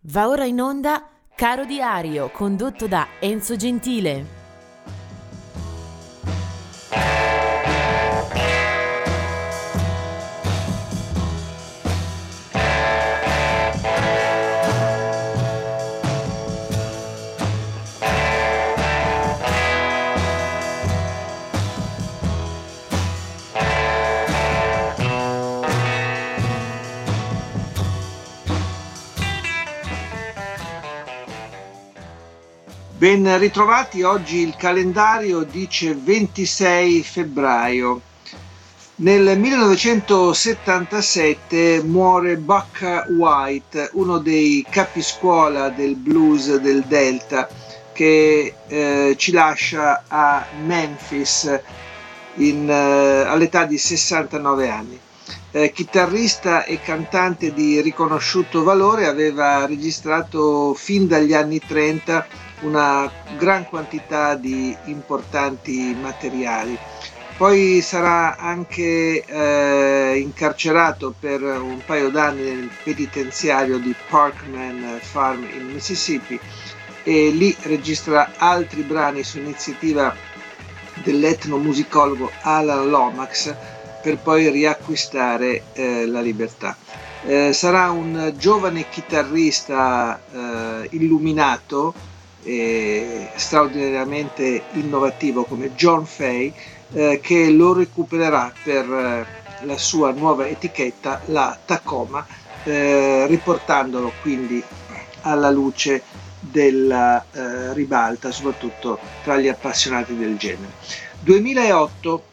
Va ora in onda Caro Diario, condotto da Enzo Gentile. Ben ritrovati, oggi il calendario dice 26 febbraio. Nel 1977 muore Buck White, uno dei capiscuola del blues del Delta, che ci lascia a Memphis all'età di 69 anni. Chitarrista e cantante di riconosciuto valore, aveva registrato fin dagli anni 30 una gran quantità di importanti materiali. Poi sarà anche incarcerato per un paio d'anni nel penitenziario di Parkman Farm in Mississippi e lì registra altri brani su iniziativa dell'etnomusicologo Alan Lomax per poi riacquistare la libertà. Sarà un giovane chitarrista illuminato e straordinariamente innovativo come John Fay, che lo recupererà per la sua nuova etichetta, la Tacoma, riportandolo quindi alla luce della ribalta, soprattutto tra gli appassionati del genere. 2008,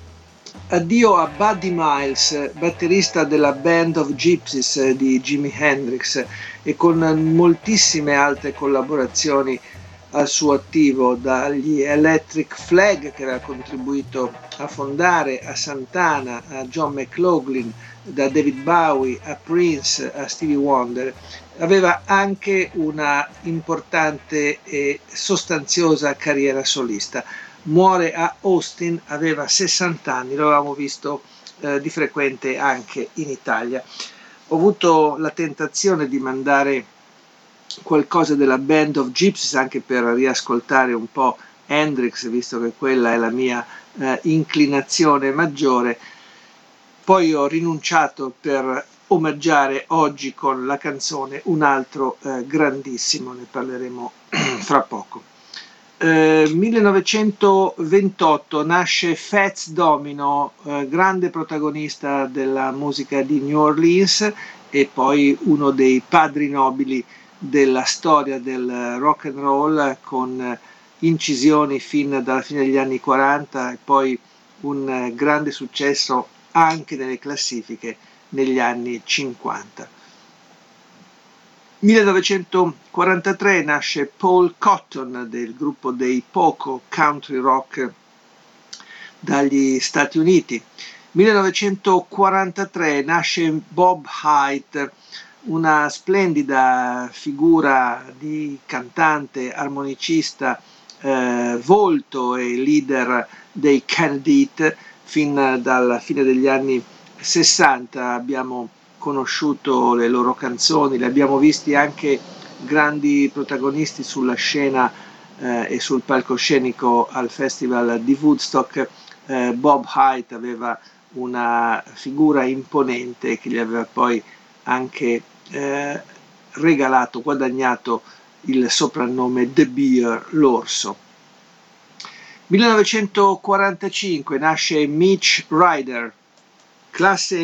addio a Buddy Miles, batterista della Band of Gypsies di Jimi Hendrix, e con moltissime altre collaborazioni al suo attivo, dagli Electric Flag, che aveva contribuito a fondare, a Santana, a John McLaughlin, da David Bowie a Prince a Stevie Wonder. Aveva anche una importante e sostanziosa carriera solista. Muore a Austin, aveva 60 anni, lo avevamo visto di frequente anche in Italia. Ho avuto la tentazione di mandare qualcosa della Band of Gypsies anche per riascoltare un po' Hendrix, visto che quella è la mia inclinazione maggiore. Poi ho rinunciato per omaggiare oggi con la canzone un altro grandissimo, ne parleremo fra poco. 1928 nasce Fats Domino, grande protagonista della musica di New Orleans e poi uno dei padri nobili della storia del rock and roll, con incisioni fin dalla fine degli anni 40 e poi un grande successo anche nelle classifiche negli anni 50. 1943 nasce Paul Cotton del gruppo dei Poco, country rock dagli Stati Uniti. 1943 nasce Bob Haidt, una splendida figura di cantante, armonicista, volto e leader dei Kennedy. Fin dalla fine degli anni 60 abbiamo conosciuto le loro canzoni, li abbiamo visti anche grandi protagonisti sulla scena e sul palcoscenico al festival di Woodstock. Bob Haidt aveva una figura imponente che gli aveva poi anche guadagnato il soprannome The Bear, l'orso. 1945 nasce Mitch Ryder. Classe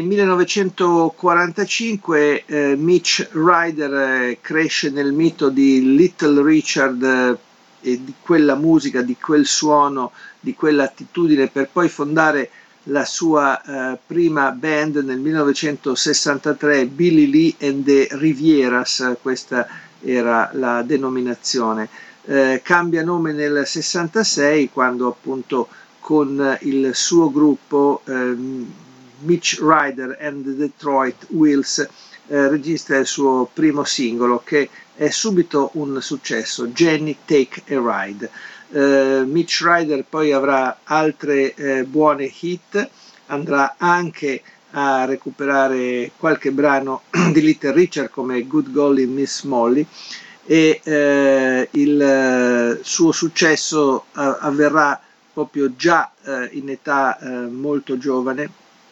1945, Mitch Ryder cresce nel mito di Little Richard e di quella musica, di quel suono, di quell'attitudine, per poi fondare la sua prima band nel 1963, Billy Lee and the Rivieras, questa era la denominazione. Cambia nome nel 66 quando appunto con il suo gruppo Mitch Ryder and the Detroit Wheels registra il suo primo singolo, che è subito un successo, Jenny Take a Ride. Mitch Ryder poi avrà altre buone hit, andrà anche a recuperare qualche brano di Little Richard come Good Golly Miss Molly, e il suo successo avverrà proprio già in età molto giovane,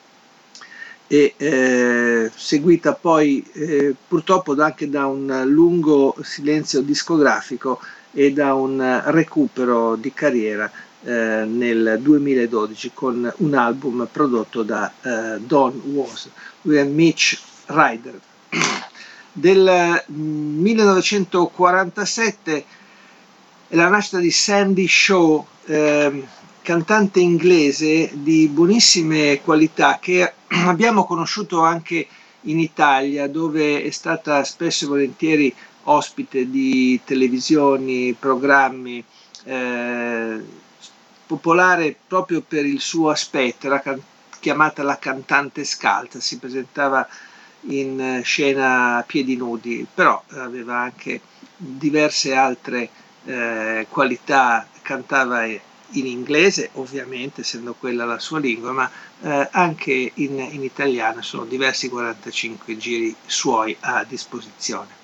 e seguita poi purtroppo anche da un lungo silenzio discografico e da un recupero di carriera nel 2012 con un album prodotto da Don Was, lui è Mitch Ryder. Del 1947 è la nascita di Sandy Shaw, cantante inglese di buonissime qualità che abbiamo conosciuto anche in Italia, dove è stata spesso e volentieri ospite di televisioni, programmi, popolare proprio per il suo aspetto, era chiamata la cantante scalza, si presentava in scena a piedi nudi, però aveva anche diverse altre qualità, cantava in inglese ovviamente, essendo quella la sua lingua, ma anche in italiano. Sono diversi 45 giri suoi a disposizione.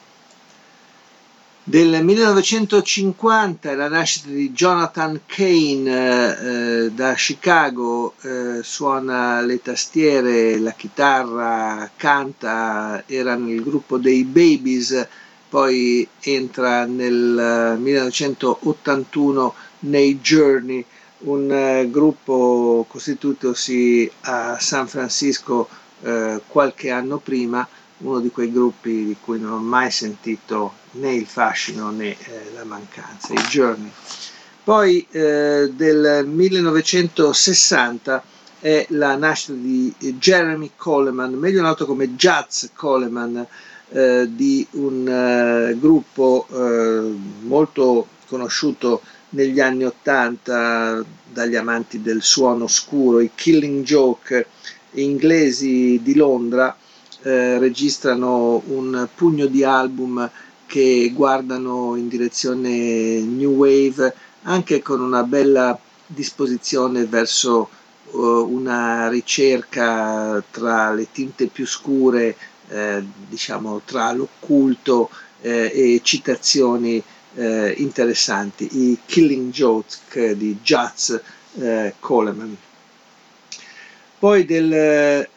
Del 1950 è la nascita di Jonathan Cain, da Chicago, suona le tastiere, la chitarra, canta, era nel gruppo dei Babies, poi entra nel 1981 nei Journey, un gruppo costituitosi a San Francisco qualche anno prima, uno di quei gruppi di cui non ho mai sentito né il fascino né la mancanza, i Journey. Poi del 1960 è la nascita di Jeremy Coleman, meglio noto come Jazz Coleman, di un gruppo molto conosciuto negli anni '80 dagli amanti del suono scuro, i Killing Joke, inglesi di Londra. Registrano un pugno di album che guardano in direzione New Wave, anche con una bella disposizione verso una ricerca tra le tinte più scure, diciamo tra l'occulto e citazioni interessanti, i Killing Joke di Jazz Coleman. Poi del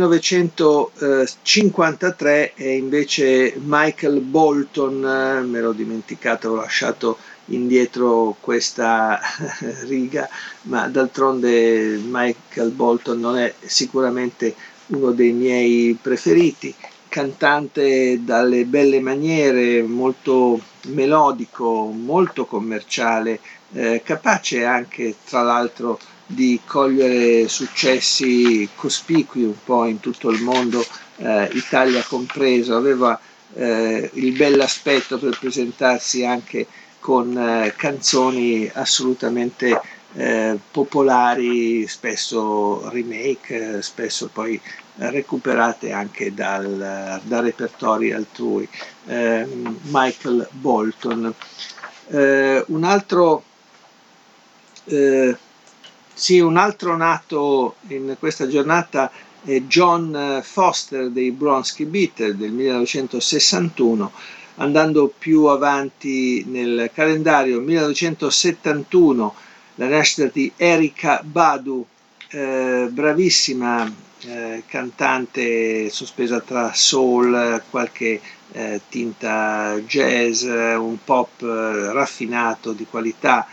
1953 è invece Michael Bolton, me l'ho dimenticato, ho lasciato indietro questa riga, ma d'altronde Michael Bolton non è sicuramente uno dei miei preferiti, cantante dalle belle maniere, molto melodico, molto commerciale, capace anche tra l'altro di cogliere successi cospicui un po' in tutto il mondo, Italia compreso. Aveva il bell'aspetto per presentarsi anche con canzoni assolutamente popolari, spesso remake, spesso poi recuperate anche da repertori altrui. Michael Bolton. Un altro nato in questa giornata è John Foster dei Bronski Beat del 1961, andando più avanti nel calendario, 1971 la nascita di Erykah Badu, bravissima cantante sospesa tra soul, qualche tinta jazz, un pop raffinato di qualità,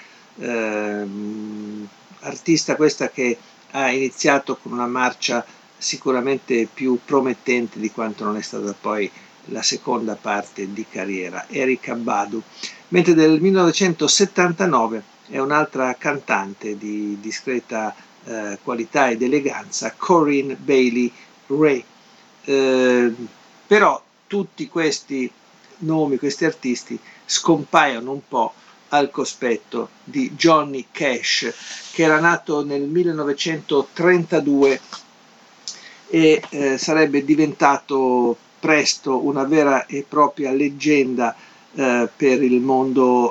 artista questa che ha iniziato con una marcia sicuramente più promettente di quanto non è stata poi la seconda parte di carriera, Erykah Badu. Mentre del 1979 è un'altra cantante di discreta qualità ed eleganza, Corinne Bailey Rae. Però tutti questi nomi, questi artisti scompaiono un po' al cospetto di Johnny Cash, che era nato nel 1932 e sarebbe diventato presto una vera e propria leggenda per il mondo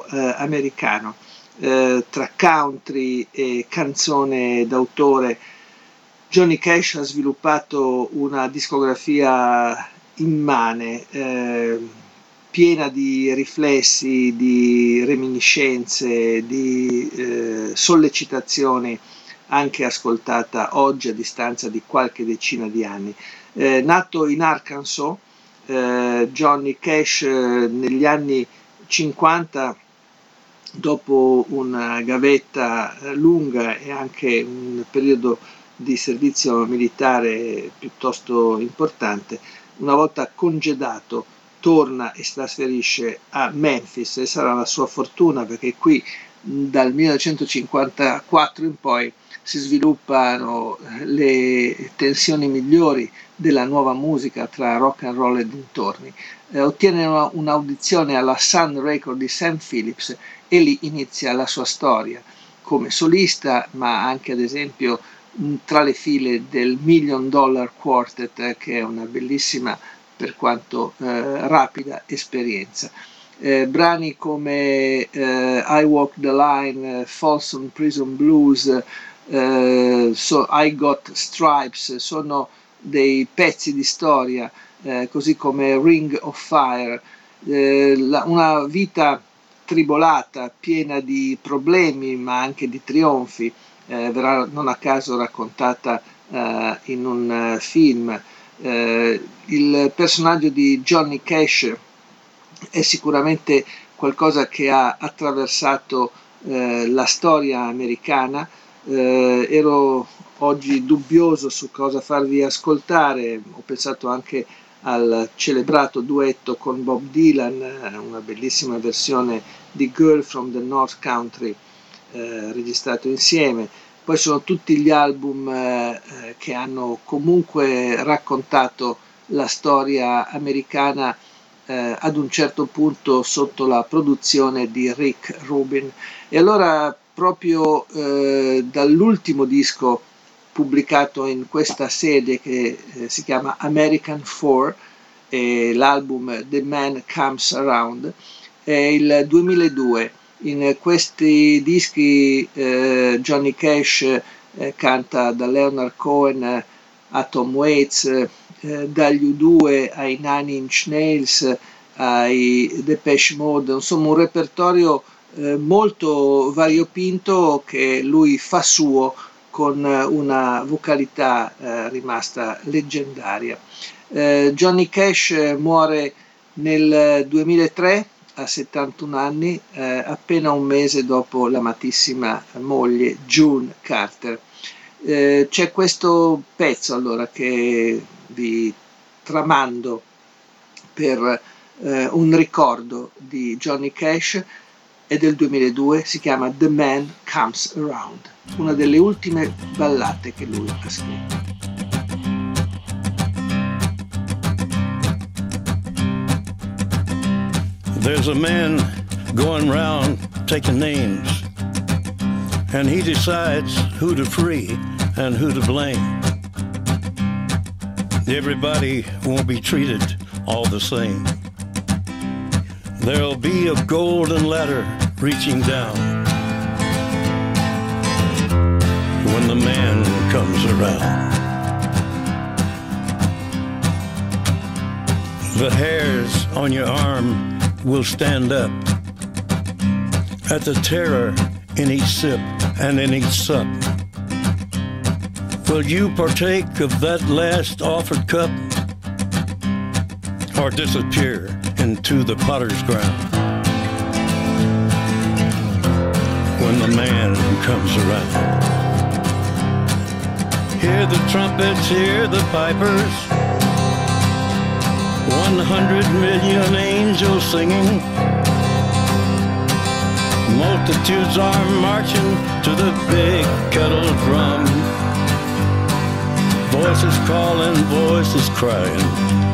americano. Tra country e canzone d'autore Johnny Cash ha sviluppato una discografia immane, piena di riflessi, di reminiscenze, di sollecitazioni, anche ascoltata oggi a distanza di qualche decina di anni. Nato in Arkansas, Johnny Cash negli anni 50, dopo una gavetta lunga e anche un periodo di servizio militare piuttosto importante, una volta congedato torna e si trasferisce a Memphis, e sarà la sua fortuna, perché qui dal 1954 in poi si sviluppano le tensioni migliori della nuova musica tra rock and roll e dintorni. Ottiene un'audizione alla Sun Record di Sam Phillips e lì inizia la sua storia come solista, ma anche ad esempio tra le file del $1 Million Quartet, che è una bellissima, per quanto rapida, esperienza. Brani come I Walk the Line, Folsom Prison Blues, I Got Stripes sono dei pezzi di storia, così come Ring of Fire, una vita tribolata, piena di problemi ma anche di trionfi, verrà non a caso raccontata in un film. Il personaggio di Johnny Cash è sicuramente qualcosa che ha attraversato la storia americana. Ero oggi dubbioso su cosa farvi ascoltare, ho pensato anche al celebrato duetto con Bob Dylan, una bellissima versione di Girl from the North Country registrato insieme. Poi sono tutti gli album che hanno comunque raccontato la storia americana ad un certo punto sotto la produzione di Rick Rubin. E allora proprio dall'ultimo disco pubblicato in questa serie, che si chiama American Four, e l'album The Man Comes Around, è il 2002. In questi dischi Johnny Cash canta da Leonard Cohen a Tom Waits, dagli U2 ai Nine Inch Nails, ai Depeche Mode, insomma un repertorio molto variopinto che lui fa suo, con una vocalità rimasta leggendaria. Johnny Cash muore nel 2003 a 71 anni, appena un mese dopo l'amatissima moglie June Carter. C'è questo pezzo allora che vi tramando per un ricordo di Johnny Cash, è del 2002, si chiama The Man Comes Around, una delle ultime ballate che lui ha scritto. There's a man going round taking names, and he decides who to free and who to blame. Everybody won't be treated all the same. There'll be a golden ladder reaching down when the man comes around. The hairs on your arm will stand up at the terror in each sip and in each sup. Will you partake of that last offered cup, or disappear into the potter's ground when the man comes around? Hear the trumpets, hear the pipers, 100 million angels singing. Multitudes are marching to the big kettle drum. Voices calling, voices crying.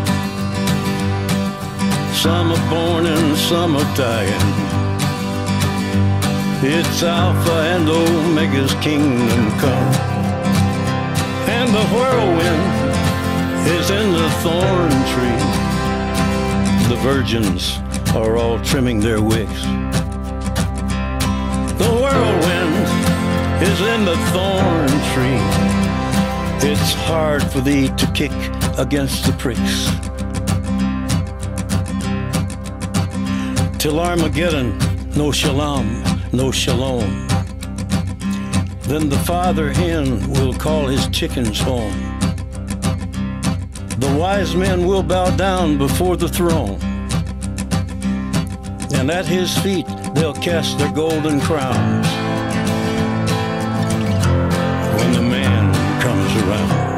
Some are born and some are dying. It's Alpha and Omega's kingdom come. And the whirlwind is in the thorn tree. The virgins are all trimming their wicks. The whirlwind is in the thorn tree, It's hard for thee to kick against the pricks. Till Armageddon, no shalom, no shalom. Then the father hen will call his chickens home. The wise men will bow down before the throne, and at his feet they'll cast their golden crowns when the man comes around.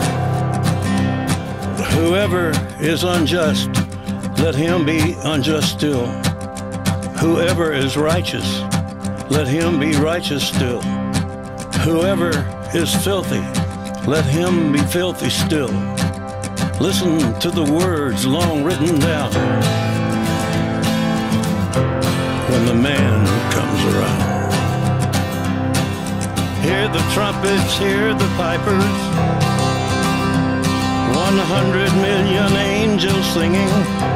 Whoever is unjust, let him be unjust still. Whoever is righteous, let him be righteous still. Whoever is filthy, let him be filthy still. Listen to the words long written down when the man comes around. Hear the trumpets, hear the pipers, 100 million angels singing.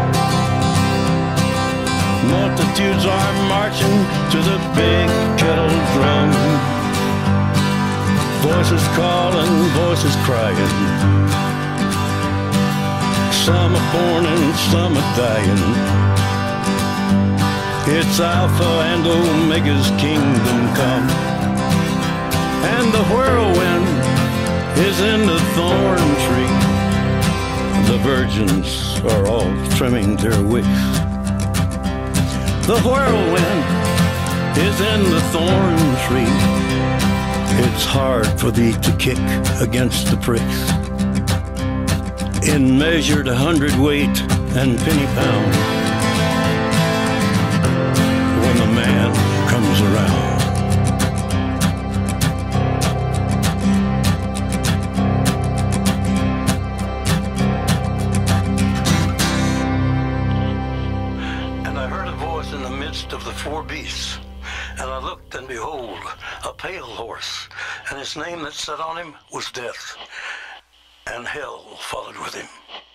Multitudes are marching to the big kettle drum. Voices calling, voices crying. Some are born and some are dying. It's Alpha and Omega's kingdom come. And the whirlwind is in the thorn tree. The virgins are all trimming their wicks. The whirlwind is in the thorn tree. It's hard for thee to kick against the pricks. In measured 100-weight and penny pound when the man comes around. In the midst of the four beasts, and I looked, and behold, a pale horse, and his name that sat on him was Death, and hell followed with him.